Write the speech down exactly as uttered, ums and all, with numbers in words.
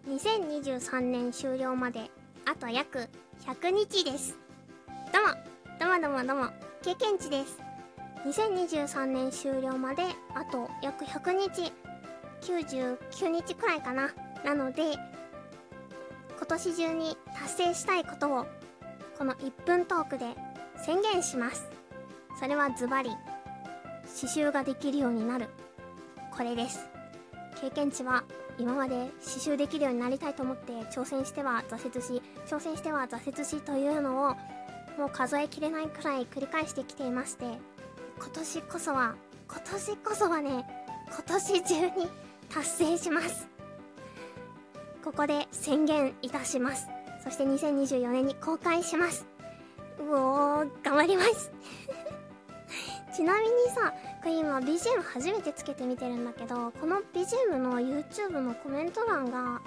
にせんにじゅうさんねん終了まであと約ひゃくにちです。どうもどうもどうもどうも経験値です。にせんにじゅうさんねん終了まであと約ひゃくにち、きゅうじゅうきゅうにちくらいかな。なので今年中に達成したいことをこのいっぷんトークで宣言します。それはズバリ刺繍ができるようになる、これです。経験値は今まで刺繍できるようになりたいと思って挑戦しては挫折し挑戦しては挫折しというのをもう数えきれないくらい繰り返してきていまして、今年こそは今年こそはね今年中に達成します。ここで宣言いたします。そしてにせんにじゅうよねんに公開します。うおー、頑張りますちなみにさ、これ今 ビージーエム 初めてつけてみてるんだけど、この ビージーエム の YouTube のコメント欄が